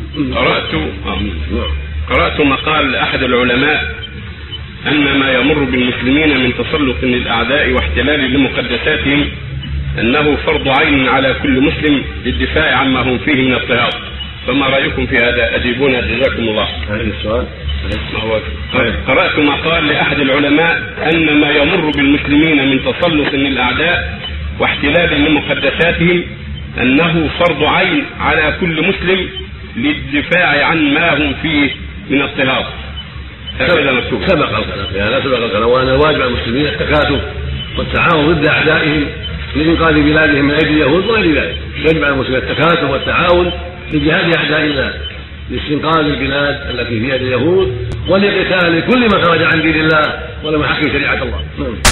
قرأت مقال أحد العلماء أن ما يمر بالمسلمين من تسلط للأعداء واحتلال لمقدساتهم أنه فرض عين على كل مسلم للدفاع عما هم فيه من اضطهاد، فما رأيكم في هذا؟ أجيبونا جزاكم الله. هذا السؤال. قرأت مقال لأحد العلماء أن ما يمر بالمسلمين من تسلط للأعداء واحتلال لمقدساتهم أنه فرض عين على كل مسلم للدفاع عن ما هم فيه من اضطهاد. هكذا مكتوب. سبق الكلام في هذا، سبق الكلام، وأن الواجب على المسلمين التكاتف والتعاون ضد أعدائهم لإنقاذ بلادهم من أيدي اليهود وغير ذلك. يجب على المسلمين التكاتف والتعاون لجهاد أعداء الله، لاستنقاذ البلاد التي في يد اليهود ولقتال كل من خرج عن دين الله ولم يحكم شريعة الله.